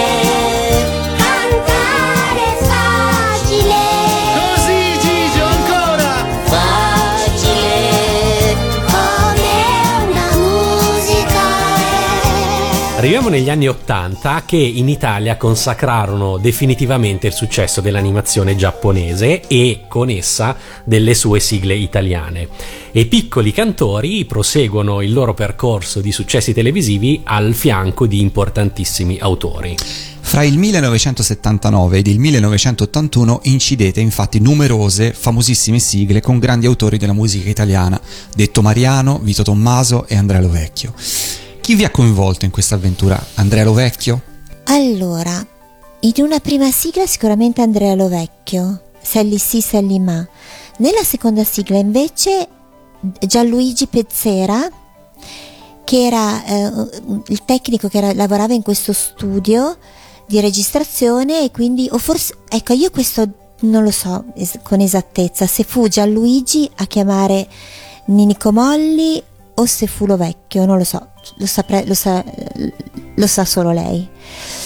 Cantare facile. Così, Gigio, ancora! facile. Come una musica. Arriviamo negli anni '80, che in Italia consacrarono definitivamente il successo dell'animazione giapponese e con essa delle sue sigle italiane. E i piccoli cantori proseguono il loro percorso di successi televisivi al fianco di importantissimi autori. Fra il 1979 ed il 1981 incidete infatti numerose famosissime sigle con grandi autori della musica italiana, Detto Mariano, Vito Tommaso e Andrea Lovecchio. Chi vi ha coinvolto in questa avventura? Andrea Lovecchio? Allora, in una prima sigla sicuramente Andrea Lovecchio, Selli sì, Selli ma. Nella seconda sigla invece Gianluigi Pezzera, che era il tecnico che lavorava in questo studio di registrazione, e quindi, o forse, ecco, io questo non lo so con esattezza, se fu Gianluigi a chiamare Ninico Molli o se fu Lovecchio, non lo so, lo sa solo lei.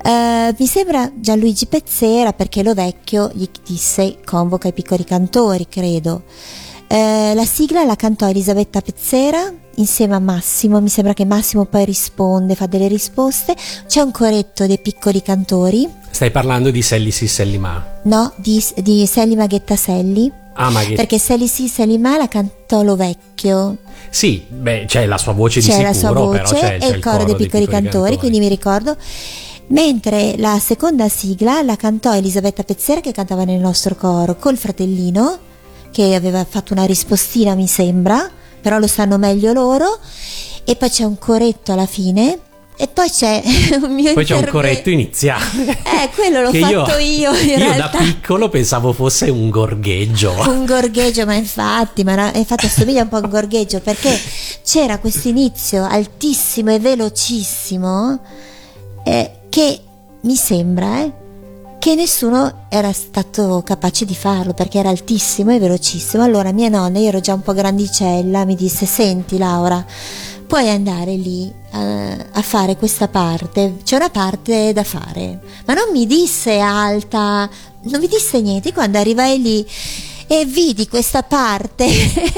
Mi sembra Gianluigi Pezzera, perché Lo Vecchio gli disse convoca i piccoli cantori, credo. La sigla la cantò Elisabetta Pezzera insieme a Massimo, mi sembra che Massimo poi risponde, fa delle risposte. C'è un coretto dei piccoli cantori. Stai parlando di Selli sì, Selli ma? No, di Selli Maghetta Selli. Ah, Maghetta. Perché Selli sì, Selli ma la cantò Lo Vecchio. Sì, beh, c'è la sua voce di c'è sicuro, la sua voce, però c'è e il coro dei piccoli cantori, quindi mi ricordo. Mentre la seconda sigla la cantò Elisabetta Pezzera, che cantava nel nostro coro, col fratellino, che aveva fatto una rispostina, mi sembra, però lo sanno meglio loro. E poi c'è un coretto alla fine. E poi c'è un mio Poi c'è un corretto iniziale. Quello l'ho fatto io in realtà. Da piccolo pensavo fosse un gorgheggio. Un gorgheggio, ma infatti assomiglia un po' a un gorgheggio, perché c'era questo inizio altissimo e velocissimo, che mi sembra che nessuno era stato capace di farlo, perché era altissimo e velocissimo. Allora mia nonna, io ero già un po' grandicella, mi disse: senti Laura, puoi andare lì a fare questa parte, c'è una parte da fare. Ma non mi disse alta, non mi disse niente. Quando arrivai lì e vidi questa parte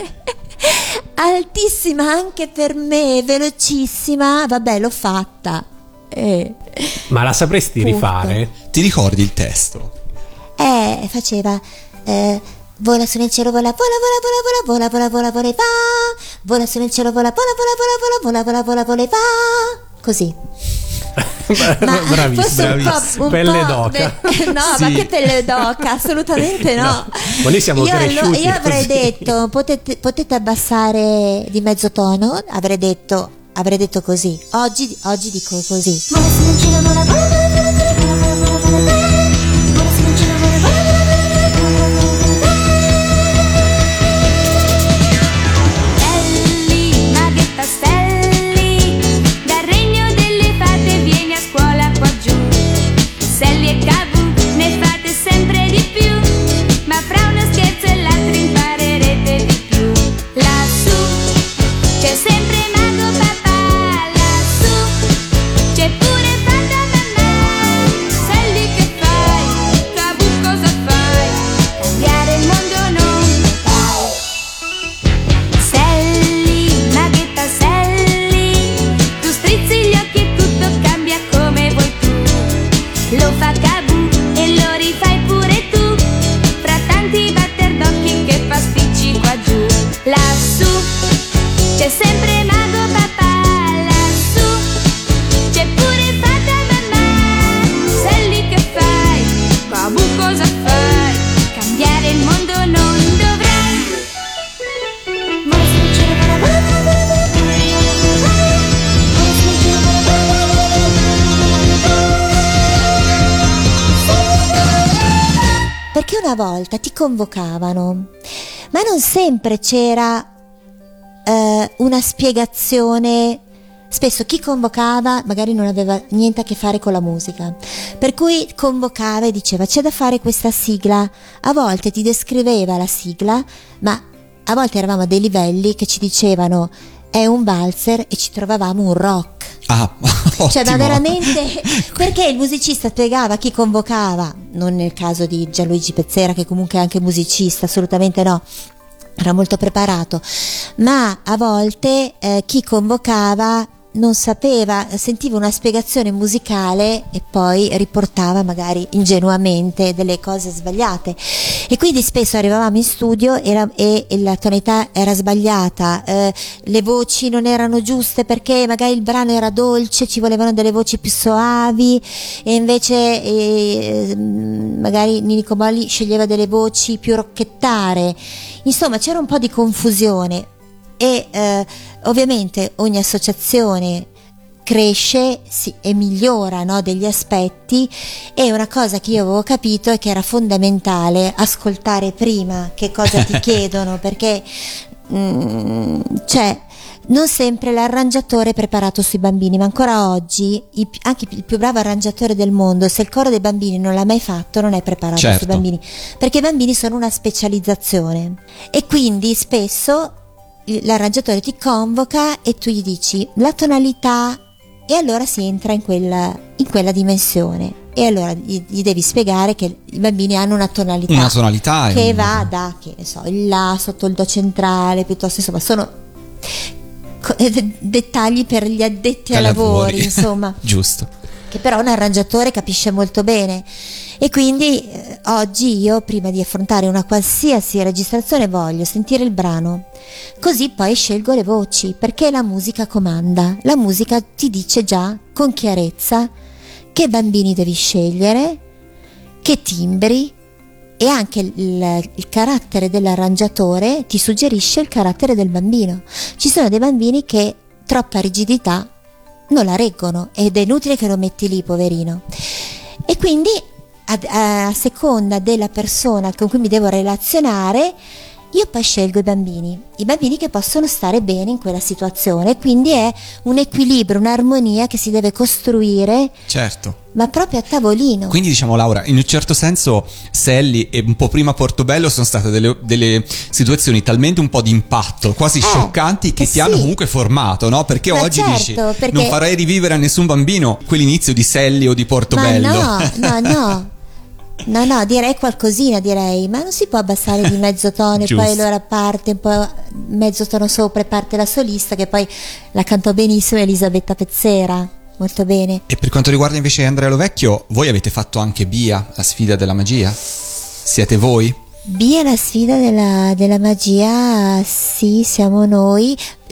altissima anche per me, velocissima, vabbè, l'ho fatta. Ma la sapresti rifare? Ti ricordi il testo? Faceva vola su nel cielo, vola, vola, vola, vola, vola, vola, vola, vola, va. Vola su nel cielo, vola, vola, vola, vola, vola, vola, vola, vola, va. Così. Bravissima, pelle d'oca. No, sì. Ma che pelle d'oca, assolutamente no. Ma noi siamo cresciuti. Io avrei detto potete abbassare di mezzo tono, avrei detto così. Oggi dico così. Vola su nel cielo, vola, vola, vola, vola, vola, vola, vola, vola. Vola su nel cielo, vola, vola, vola, vola, vola, vola, vola. Stelli, Maghetta Stelli, dal regno delle fate vieni a scuola qua giù. Selli e Cabu ne fate sempre di più, ma fra uno scherzo e l'altro imparerete di più. Lassù c'è sempre Mago papà, lassù c'è pure fata mamma. Selli che fai? Cabu cosa fai? Cambiare il mondo non fai. Selli, Maghetta Selli, tu strizzi gli occhi e tutto cambia come vuoi tu. Lo fa Cabu e lo rifai pure tu, fra tanti batter d'occhi che pasticci qua giù. Lassù c'è sempre Mago papà, lassù c'è pure fata mamma. Selli che fai? Cabu cosa fai? Cambiare il mondo non dovrai. Vola su nel cielo, vola, vola, vola, vola, vola, vola. Vola su nel cielo, vola, vola, vola, vola, vola. Perché una volta ti convocavano, ma non sempre c'era una spiegazione. Spesso chi convocava magari non aveva niente a che fare con la musica, per cui convocava e diceva c'è da fare questa sigla. A volte ti descriveva la sigla, ma a volte eravamo a dei livelli che ci dicevano è un valzer e ci trovavamo un rock. Cioè, ma veramente, perché il musicista spiegava chi convocava, non nel caso di Gianluigi Pezzera, che comunque è anche musicista, assolutamente no, era molto preparato, ma a volte chi convocava non sapeva, sentiva una spiegazione musicale e poi riportava magari ingenuamente delle cose sbagliate, e quindi spesso arrivavamo in studio e la tonalità era sbagliata, le voci non erano giuste perché magari il brano era dolce, ci volevano delle voci più soavi, e invece magari Nini Comolli sceglieva delle voci più rocchettare. Insomma, c'era un po' di confusione e ovviamente ogni associazione cresce e migliora, no, degli aspetti, e una cosa che io avevo capito è che era fondamentale ascoltare prima che cosa ti chiedono, perché cioè non sempre l'arrangiatore è preparato sui bambini, ma ancora oggi anche il più bravo arrangiatore del mondo, se il coro dei bambini non l'ha mai fatto, non è preparato sui bambini, perché i bambini sono una specializzazione, e quindi spesso l'arrangiatore ti convoca e tu gli dici la tonalità e allora si entra in quella dimensione, e allora gli devi spiegare che i bambini hanno una tonalità che va da, che ne so, il La sotto il Do centrale, piuttosto, insomma, sono dettagli per gli addetti ai lavori, insomma. Giusto. Che però un arrangiatore capisce molto bene, e quindi oggi io, prima di affrontare una qualsiasi registrazione, voglio sentire il brano, così poi scelgo le voci, perché la musica comanda, la musica ti dice già con chiarezza che bambini devi scegliere, che timbri, e anche il carattere dell'arrangiatore ti suggerisce il carattere del bambino. Ci sono dei bambini che troppa rigidità non la reggono, ed è inutile che lo metti lì, poverino. E quindi a seconda della persona con cui mi devo relazionare, io poi scelgo i bambini che possono stare bene in quella situazione. Quindi è un equilibrio, un'armonia che si deve costruire, certo, ma proprio a tavolino. Quindi diciamo, Laura, in un certo senso Sally e un po' prima Portobello sono state delle situazioni talmente un po' di impatto, quasi scioccanti, che ti hanno comunque formato, no? Perché ma oggi certo, dici perché... non farei rivivere a nessun bambino quell'inizio di Sally o di Portobello. No, direi qualcosina, ma non si può abbassare di mezzo tono e poi allora parte un po' mezzo tono sopra e parte la solista, che poi la cantò benissimo Elisabetta Pezzera, molto bene. E per quanto riguarda invece Andrea Lovecchio, voi avete fatto anche Bia, la sfida della magia? Siete voi? Bia, la sfida della magia, sì, siamo noi.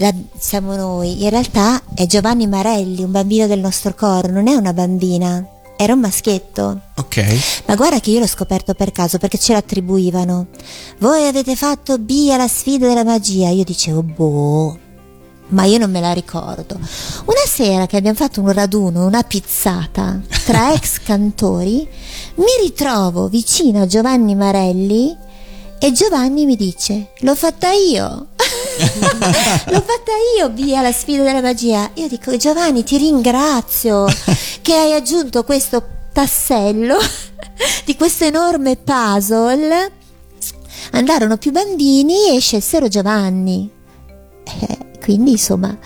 In realtà è Giovanni Marelli, un bambino del nostro coro, non è una bambina. Era un maschietto. Ok. Ma guarda che io l'ho scoperto per caso, perché ce l'attribuivano. Voi avete fatto Bia, la sfida della magia. Io dicevo, ma io non me la ricordo. Una sera che abbiamo fatto un raduno, una pizzata tra ex cantori, mi ritrovo vicino a Giovanni Marelli e Giovanni mi dice: l'ho fatta io. L'ho fatta io, Bia, la sfida della magia. Io dico: Giovanni, ti ringrazio che hai aggiunto questo tassello di questo enorme puzzle. Andarono più bambini e scelsero Giovanni, quindi insomma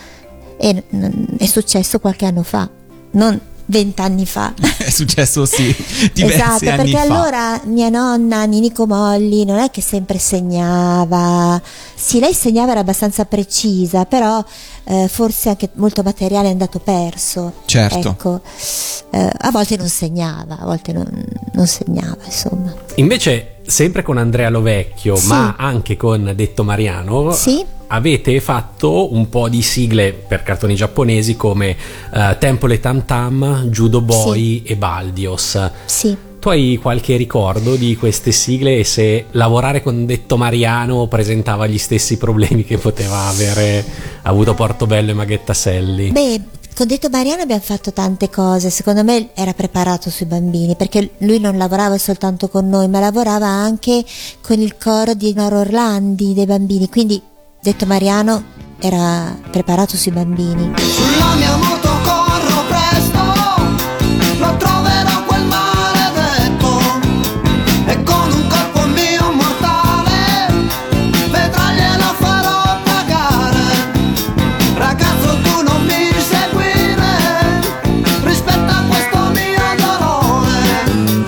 è successo qualche anno fa, non 20 anni fa. È successo, sì, diversi esatto, anni perché fa. allora mia nonna Ninico Molli non è che sempre segnava. Sì, lei segnava, era abbastanza precisa, però forse anche molto materiale è andato perso. Certo. Ecco, a volte non segnava, a volte non segnava, insomma. Invece, sempre con Andrea Lovecchio, sì, ma anche con Detto Mariano, sì, avete fatto un po' di sigle per cartoni giapponesi come Temple e Tam Tam, Judo Boy, sì, e Baldios. Sì. Tu hai qualche ricordo di queste sigle, e se lavorare con Detto Mariano presentava gli stessi problemi che poteva avere avuto Portobello e Maghetta Selli? Beh, con Detto Mariano abbiamo fatto tante cose. Secondo me era preparato sui bambini, perché lui non lavorava soltanto con noi, ma lavorava anche con il coro di Noro Orlandi dei bambini, quindi Detto Mariano era preparato sui bambini. Sulla mia moto corro presto, lo troverò quel maledetto, e con un colpo mio mortale vedrà, farò pagare. Ragazzo, tu non mi seguire, rispetta questo mio dolore.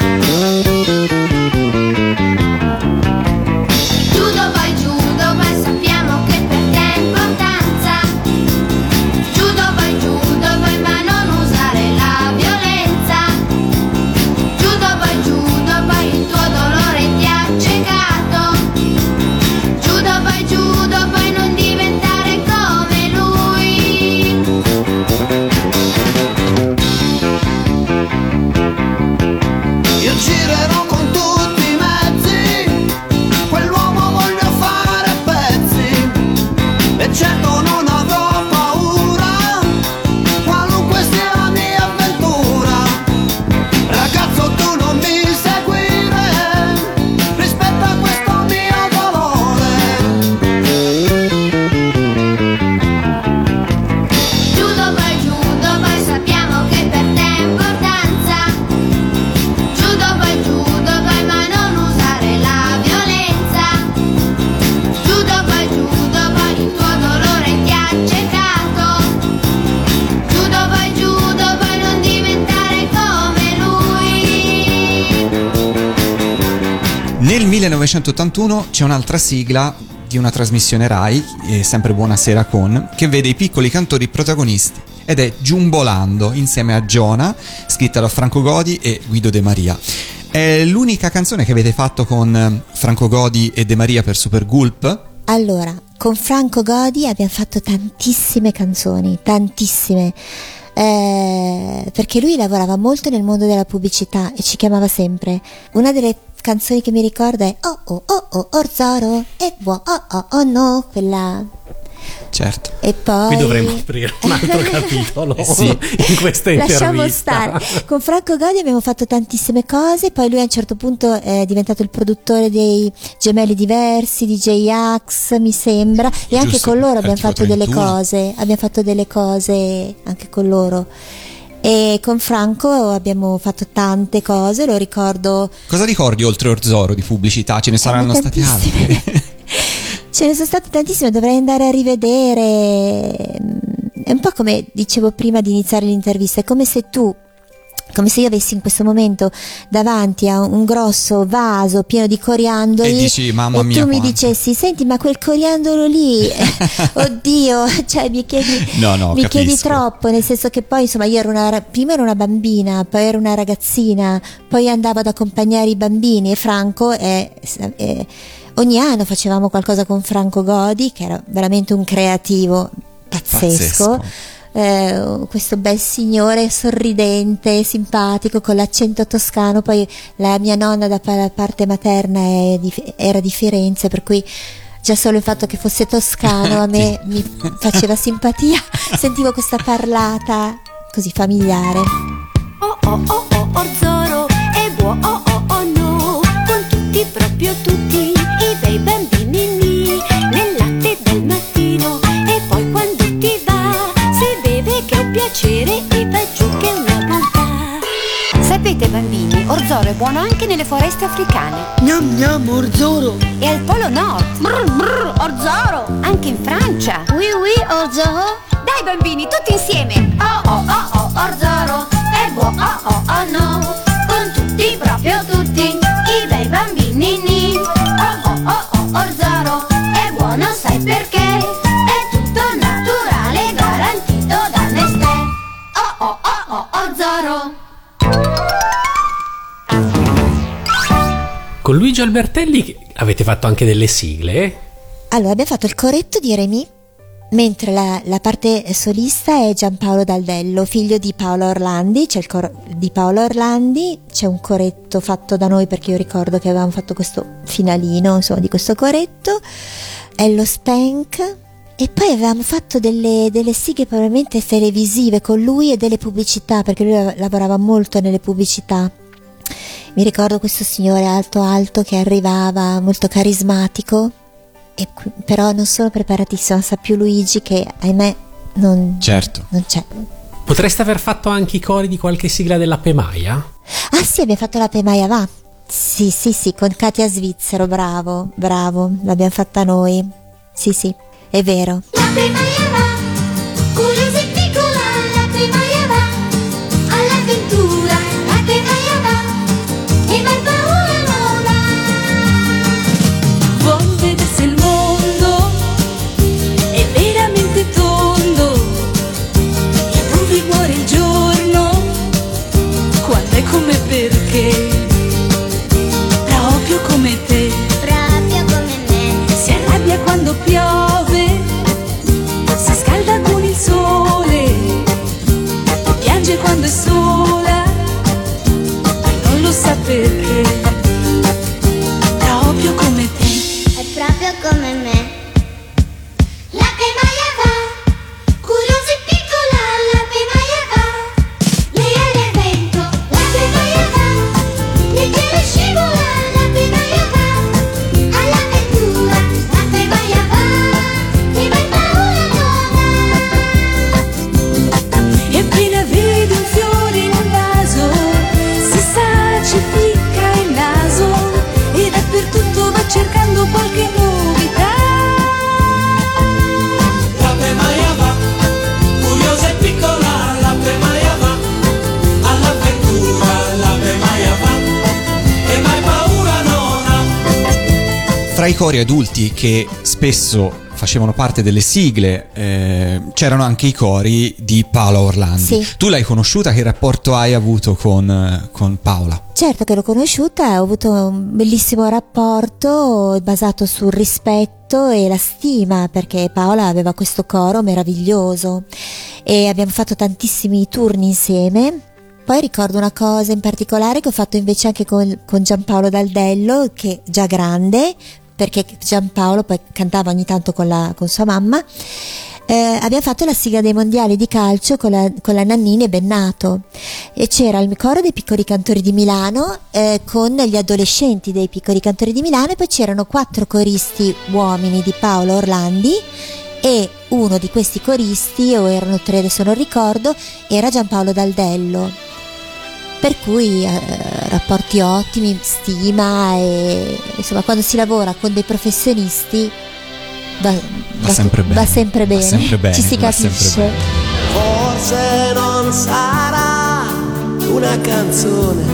Judo vai, sappiamo che per te è importanza. Judo vai, ma non usare la violenza. Nel 1981 c'è un'altra sigla di una trasmissione Rai, sempre Buonasera con, che vede i piccoli cantori protagonisti ed è Giumbolando insieme a Giona, scritta da Franco Godi e Guido De Maria. È l'unica canzone che avete fatto con Franco Godi e De Maria per Super Gulp? Allora, con Franco Godi abbiamo fatto tantissime canzoni, tantissime, perché lui lavorava molto nel mondo della pubblicità e ci chiamava sempre. Una delle canzoni che mi ricordo è Oh oh oh oh Orzoro e buo oh oh oh no, quella. Certo. E poi qui dovremmo aprire un altro capitolo sì. in questa intervista. Lasciamo stare. Con Franco Godi abbiamo fatto tantissime cose, poi lui a un certo punto è diventato il produttore dei Gemelli Diversi, di J-Ax mi sembra, e anche con loro abbiamo fatto delle cose, anche con loro. E con Franco abbiamo fatto tante cose, lo ricordo. Cosa ricordi oltre Orzoro di pubblicità? Ce ne saranno state altre? Ce ne sono state tantissime, dovrei andare a rivedere. È un po' come dicevo prima di iniziare l'intervista, è come se io avessi in questo momento davanti a un grosso vaso pieno di coriandoli e dici, mamma mia, tu mi quanto. Dicessi, senti, ma quel coriandolo lì oddio, cioè mi chiedi troppo, nel senso che poi insomma io prima ero una bambina, poi ero una ragazzina, poi andavo ad accompagnare i bambini e Franco ogni anno facevamo qualcosa con Franco Godi, che era veramente un creativo pazzesco. Questo bel signore sorridente, simpatico, con l'accento toscano. Poi la mia nonna da parte materna era di Firenze, per cui già solo il fatto che fosse toscano a me mi faceva simpatia. Sentivo questa parlata così familiare. Oh oh oh oh Orzoro e buo oh oh oh no, con tutti, proprio tutti i bei bambini lì, nel latte del mattino, e poi quando ti va si beve che è un piacere e va giù che è una bontà. Sapete bambini, Orzoro è buono anche nelle foreste africane. Gnam gnam Orzoro. E al Polo Nord. Brr brr Orzoro. Anche in Francia. Oui oui Orzoro. Dai bambini, tutti insieme. Oh oh oh oh Orzoro è buono oh oh oh no, con tutti, proprio tutti i bei bambini ni. Oh oh oh oh Orzoro è buono, sai perché? È tutto naturale, garantito da Nestlé. Oh oh oh oh Orzoro. Con Luigi Albertelli avete fatto anche delle sigle? Allora abbiamo fatto il coretto di Remy, mentre la parte solista è Giampaolo Daldello, figlio di Paolo Orlandi. C'è il coro di Paolo Orlandi, c'è un coretto fatto da noi, perché io ricordo che avevamo fatto questo finalino, insomma, di questo coretto. Ello Spank. E poi avevamo fatto delle sigle probabilmente televisive con lui e delle pubblicità, perché lui lavorava molto nelle pubblicità. Mi ricordo questo signore alto che arrivava, molto carismatico, però non sono preparatissima, sa più Luigi che ahimè non c'è. Potreste aver fatto anche i cori di qualche sigla della Pemaia? Ah sì, abbiamo fatto la Pemaia va. Sì, con Katia Svizzero, bravo, l'abbiamo fatta noi. Sì, è vero. La Pemaia va, curiosa e piccola, la Pemaia va, all'avventura, la Pemaia va, e mai paura non ha. Vuol vedersi il mondo, è veramente tondo, e non vi muore il giorno, quando è come perché, proprio come te, proprio come me. si arrabbia quando piove, si scalda Fra i cori adulti che spesso facevano parte delle sigle c'erano anche i cori di Paola Orlandi. Sì. Tu l'hai conosciuta, che rapporto hai avuto con Paola? Certo che l'ho conosciuta, ho avuto un bellissimo rapporto basato sul rispetto e la stima, perché Paola aveva questo coro meraviglioso e abbiamo fatto tantissimi turni insieme. Poi ricordo una cosa in particolare che ho fatto invece anche con Giampaolo Daldello, che già grande, perché Giampaolo poi cantava ogni tanto con sua mamma. Abbiamo fatto la sigla dei mondiali di calcio con la Nannini e Bennato, e c'era il coro dei Piccoli Cantori di Milano con gli adolescenti dei Piccoli Cantori di Milano, e poi c'erano 4 coristi uomini di Paola Orlandi, e uno di questi coristi, o erano 3 adesso non ricordo, era Giampaolo Daldello. Per cui rapporti ottimi, stima, e insomma quando si lavora con dei professionisti va sempre bene, ci si capisce. Forse non sarà una canzone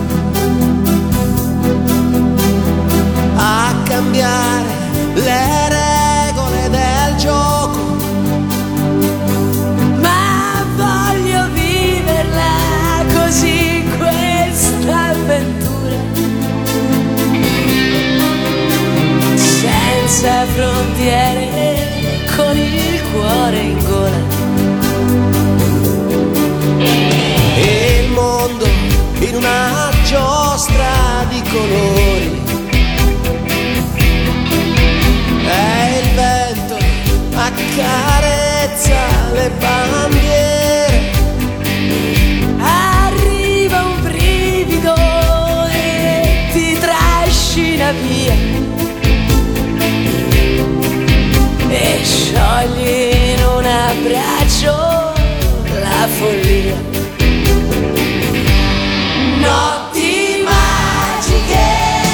a cambiare le regole del gioco, Ma voglio viverla così questa avventura, senza frontiere, con il cuore in gola. e il mondo in una giostra di colori, e il vento accarezza le bandiere. Arriva un brivido e ti trascina via, e sciogli in un abbraccio la follia. Notti magiche,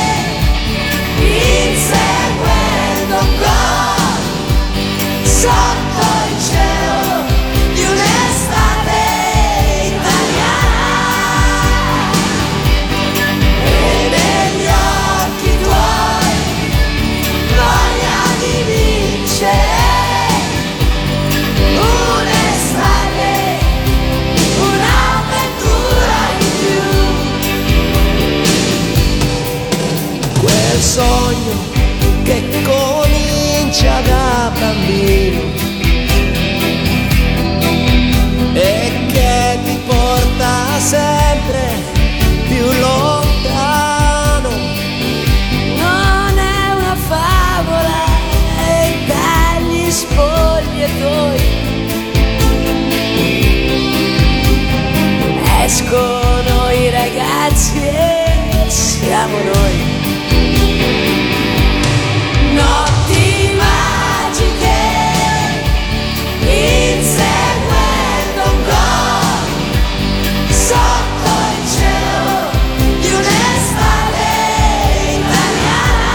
inseguendo un gol, sotto il cielo di un'estate italiana, e negli occhi tuoi voglia di vincere. Un'estate, un'avventura in più. Quel sogno che comincia da bambino e che ti porta sempre più lontano. Non è una favola, è dagli spogliatoi escono i ragazzi e siamo noi. Notti magiche, inseguendo un gol, sotto il cielo di un'estate italiana,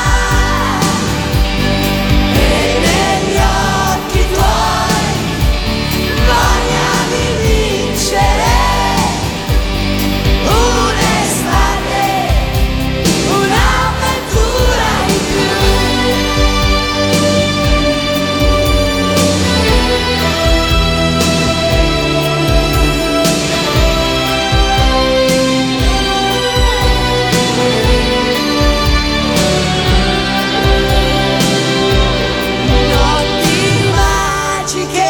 e negli occhi tuoi voglia di vincere. Un'estate, un'avventura in notti magiche,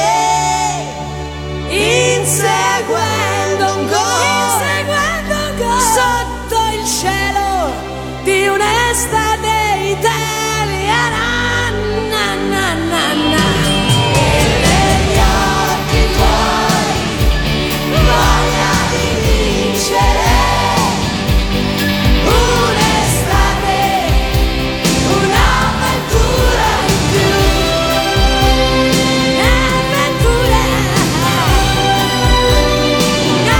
inseguendo un gol, sotto il cielo di un'estate italiana. Na, na, na, na. e negli occhi tuoi voglia di vincere. Un'estate, un'avventura in più. Un'avventura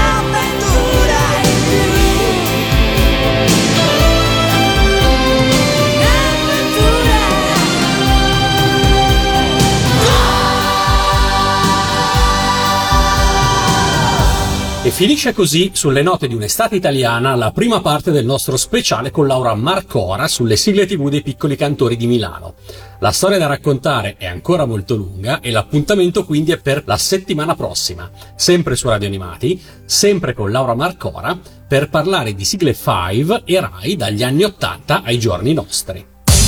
Un'avventura in più. finisce così, sulle note di un'estate italiana, la prima parte del nostro speciale con Laura Marcora sulle sigle TV dei Piccoli Cantori di Milano. La storia da raccontare è ancora molto lunga e l'appuntamento quindi è per la settimana prossima, sempre su Radio Animati, sempre con Laura Marcora, per parlare di sigle 5 e Rai dagli anni 80 ai giorni nostri.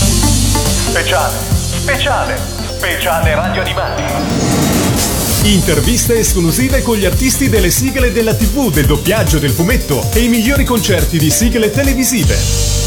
Speciale Radio Animati. Interviste esclusive con gli artisti delle sigle della TV, del doppiaggio, del fumetto e i migliori concerti di sigle televisive.